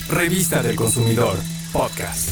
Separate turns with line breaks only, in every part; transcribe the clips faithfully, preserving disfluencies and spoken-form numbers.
Revista del Consumidor, podcast.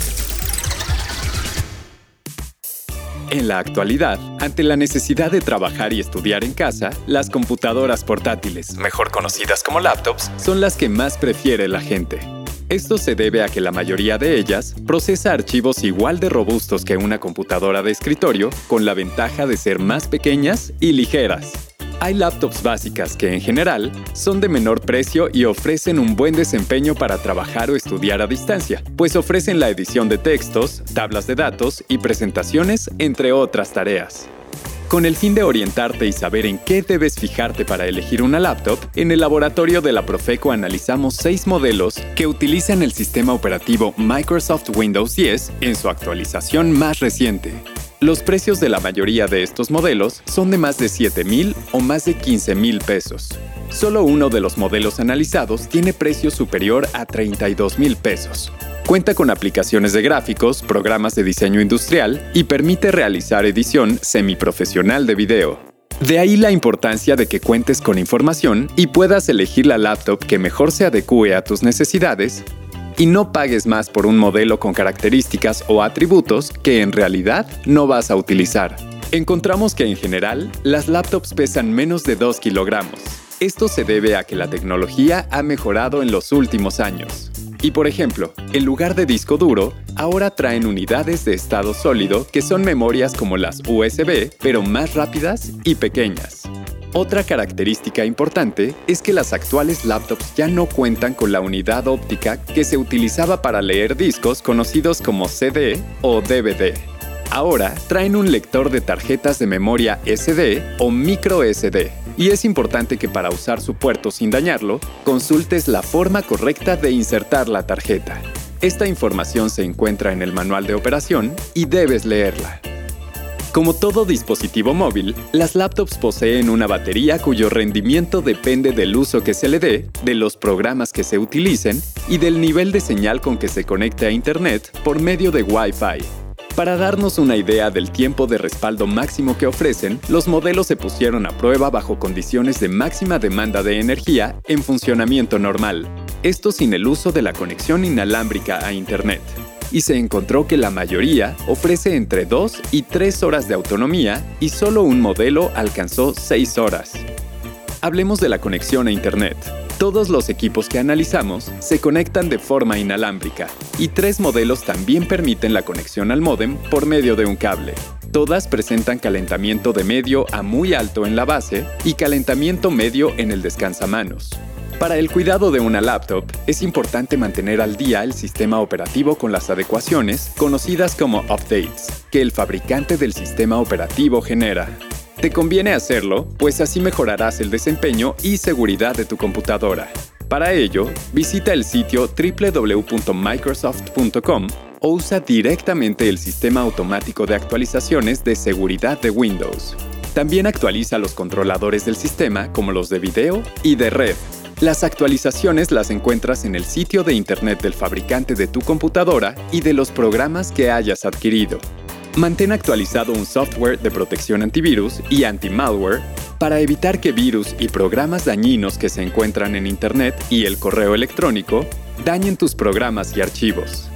En la actualidad, ante la necesidad de trabajar y estudiar en casa, las computadoras portátiles, mejor conocidas como laptops, son las que más prefiere la gente. Esto se debe a que la mayoría de ellas procesa archivos igual de robustos que una computadora de escritorio, con la ventaja de ser más pequeñas y ligeras. Hay laptops básicas que, en general, son de menor precio y ofrecen un buen desempeño para trabajar o estudiar a distancia, pues ofrecen la edición de textos, tablas de datos y presentaciones, entre otras tareas. Con el fin de orientarte y saber en qué debes fijarte para elegir una laptop, en el laboratorio de la Profeco analizamos seis modelos que utilizan el sistema operativo Microsoft Windows diez en su actualización más reciente. Los precios de la mayoría de estos modelos son de más de siete mil o más de quince mil pesos. Solo uno de los modelos analizados tiene precio superior a treinta y dos mil pesos. Cuenta con aplicaciones de gráficos, programas de diseño industrial y permite realizar edición semiprofesional de video. De ahí la importancia de que cuentes con información y puedas elegir la laptop que mejor se adecúe a tus necesidades y no pagues más por un modelo con características o atributos que en realidad no vas a utilizar. Encontramos que en general, las laptops pesan menos de dos kilogramos. Esto se debe a que la tecnología ha mejorado en los últimos años. Y por ejemplo, en lugar de disco duro, ahora traen unidades de estado sólido que son memorias como las U S B, pero más rápidas y pequeñas. Otra característica importante es que las actuales laptops ya no cuentan con la unidad óptica que se utilizaba para leer discos conocidos como C D o D V D. Ahora traen un lector de tarjetas de memoria S D o micro S D. Y es importante que para usar su puerto sin dañarlo, consultes la forma correcta de insertar la tarjeta. Esta información se encuentra en el manual de operación y debes leerla. Como todo dispositivo móvil, las laptops poseen una batería cuyo rendimiento depende del uso que se le dé, de los programas que se utilicen y del nivel de señal con que se conecte a Internet por medio de Wi-Fi. Para darnos una idea del tiempo de respaldo máximo que ofrecen, los modelos se pusieron a prueba bajo condiciones de máxima demanda de energía en funcionamiento normal, esto sin el uso de la conexión inalámbrica a Internet. Y se encontró que la mayoría ofrece entre dos y tres horas de autonomía y solo un modelo alcanzó seis horas. Hablemos de la conexión a Internet. Todos los equipos que analizamos se conectan de forma inalámbrica y tres modelos también permiten la conexión al módem por medio de un cable. Todas presentan calentamiento de medio a muy alto en la base y calentamiento medio en el descansamanos. Para el cuidado de una laptop, es importante mantener al día el sistema operativo con las adecuaciones, conocidas como updates, que el fabricante del sistema operativo genera. Te conviene hacerlo, pues así mejorarás el desempeño y seguridad de tu computadora. Para ello, visita el sitio doble u doble u doble u punto microsoft punto com o usa directamente el sistema automático de actualizaciones de seguridad de Windows. También actualiza los controladores del sistema, como los de video y de red. Las actualizaciones las encuentras en el sitio de Internet del fabricante de tu computadora y de los programas que hayas adquirido. Mantén actualizado un software de protección antivirus y anti-malware para evitar que virus y programas dañinos que se encuentran en Internet y el correo electrónico dañen tus programas y archivos.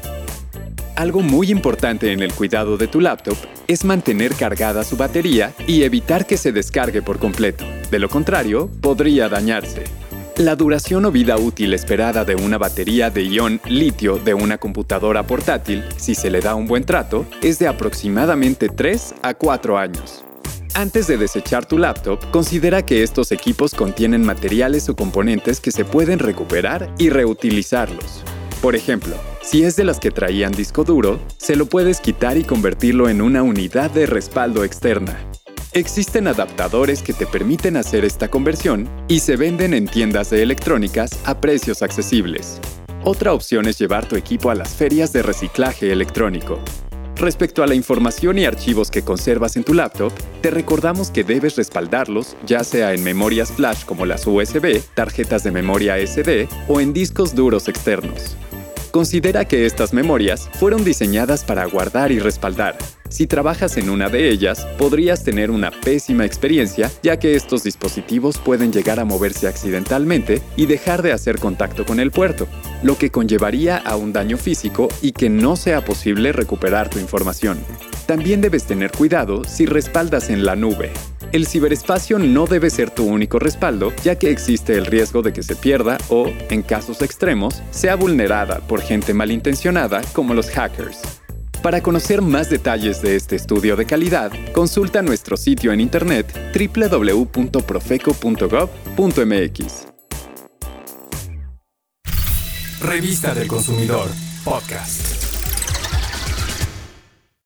Algo muy importante en el cuidado de tu laptop es mantener cargada su batería y evitar que se descargue por completo. De lo contrario, podría dañarse. La duración o vida útil esperada de una batería de ion litio de una computadora portátil, si se le da un buen trato, es de aproximadamente tres a cuatro años. Antes de desechar tu laptop, considera que estos equipos contienen materiales o componentes que se pueden recuperar y reutilizarlos. Por ejemplo, si es de las que traían disco duro, se lo puedes quitar y convertirlo en una unidad de respaldo externa. Existen adaptadores que te permiten hacer esta conversión y se venden en tiendas de electrónicas a precios accesibles. Otra opción es llevar tu equipo a las ferias de reciclaje electrónico. Respecto a la información y archivos que conservas en tu laptop, te recordamos que debes respaldarlos ya sea en memorias flash como las U S B, tarjetas de memoria S D o en discos duros externos. Considera que estas memorias fueron diseñadas para guardar y respaldar. Si trabajas en una de ellas, podrías tener una pésima experiencia, ya que estos dispositivos pueden llegar a moverse accidentalmente y dejar de hacer contacto con el puerto, lo que conllevaría a un daño físico y que no sea posible recuperar tu información. También debes tener cuidado si respaldas en la nube. El ciberespacio no debe ser tu único respaldo, ya que existe el riesgo de que se pierda o, en casos extremos, sea vulnerada por gente malintencionada como los hackers. Para conocer más detalles de este estudio de calidad, consulta nuestro sitio en internet doble u doble u doble u punto profeco punto gov punto m x.
Revista del Consumidor, podcast.